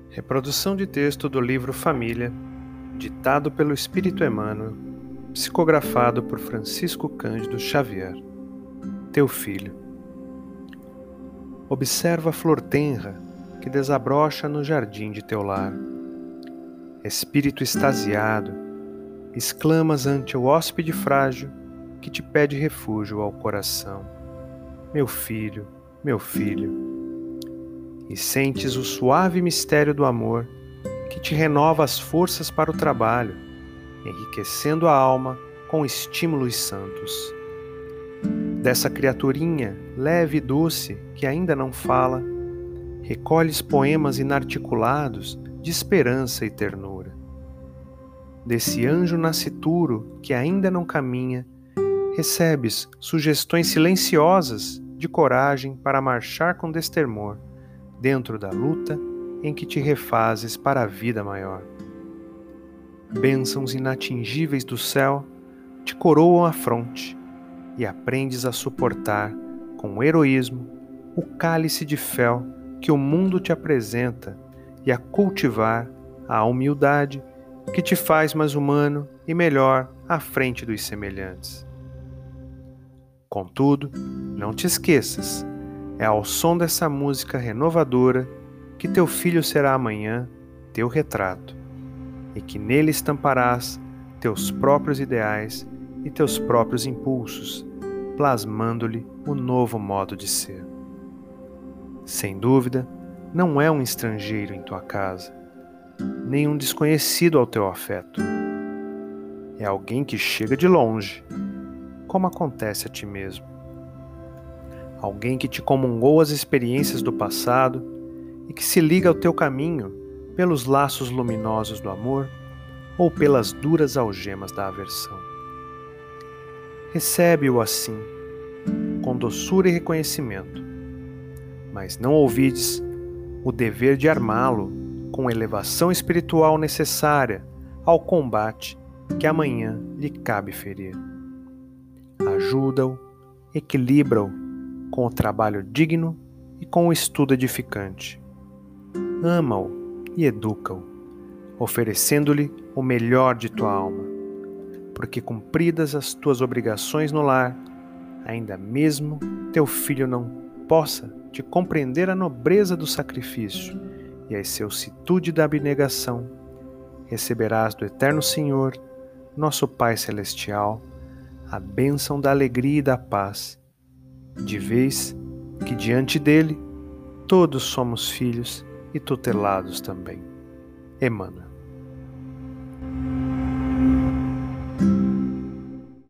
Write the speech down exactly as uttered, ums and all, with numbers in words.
Reprodução de texto do livro Família, ditado pelo Espírito Emmanuel, psicografado por Francisco Cândido Xavier. Teu filho. Observa a flor tenra que desabrocha no jardim de teu lar. Espírito extasiado, exclamas ante o hóspede frágil que te pede refúgio ao coração. Meu filho, meu filho. E sentes o suave mistério do amor que te renova as forças para o trabalho, enriquecendo a alma com estímulos santos. Dessa criaturinha leve e doce que ainda não fala, recolhes poemas inarticulados de esperança e ternura. Desse anjo nascituro que ainda não caminha, recebes sugestões silenciosas de coragem para marchar com destemor dentro da luta em que te refazes para a vida maior. Bênçãos inatingíveis do céu te coroam a fronte e aprendes a suportar com heroísmo o cálice de fel que o mundo te apresenta e a cultivar a humildade que te faz mais humano e melhor à frente dos semelhantes. Contudo, não te esqueças, é ao som dessa música renovadora que teu filho será amanhã teu retrato, e que nele estamparás teus próprios ideais e teus próprios impulsos, plasmando-lhe o novo modo de ser. Sem dúvida, não é um estrangeiro em tua casa, nem um desconhecido ao teu afeto. É alguém que chega de longe, como acontece a ti mesmo. Alguém que te comungou as experiências do passado e que se liga ao teu caminho pelos laços luminosos do amor ou pelas duras algemas da aversão. Recebe-o assim, com doçura e reconhecimento, mas não ouvides o dever de armá-lo com a elevação espiritual necessária ao combate que amanhã lhe cabe ferir. Ajuda-o, equilibra-o com o trabalho digno e com o estudo edificante. Ama-o e educa-o, oferecendo-lhe o melhor de tua alma, porque cumpridas as tuas obrigações no lar, ainda mesmo teu filho não possa te compreender a nobreza do sacrifício e a excelsitude da abnegação, receberás do Eterno Senhor, nosso Pai Celestial, a bênção da alegria e da paz, de vez que diante dele todos somos filhos e tutelados também. Emmanuel.